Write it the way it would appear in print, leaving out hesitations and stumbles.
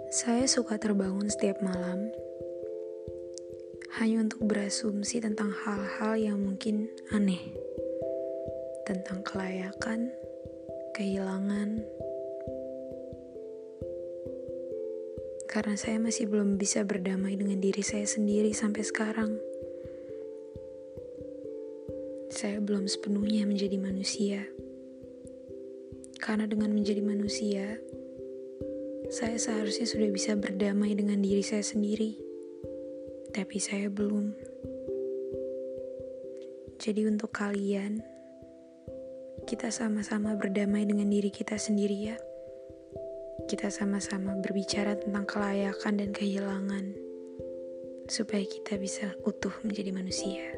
Saya suka terbangun setiap malam hanya untuk berasumsi tentang hal-hal yang mungkin aneh, tentang kelayakan, kehilangan, karena saya masih belum bisa berdamai dengan diri saya sendiri sampai sekarang. Saya belum sepenuhnya menjadi manusia, karena dengan menjadi manusia, saya seharusnya sudah bisa berdamai dengan diri saya sendiri, tapi saya belum. Jadi untuk kalian, kita sama-sama berdamai dengan diri kita sendiri ya. Kita sama-sama berbicara tentang kelayakan dan kehilangan, supaya kita bisa utuh menjadi manusia.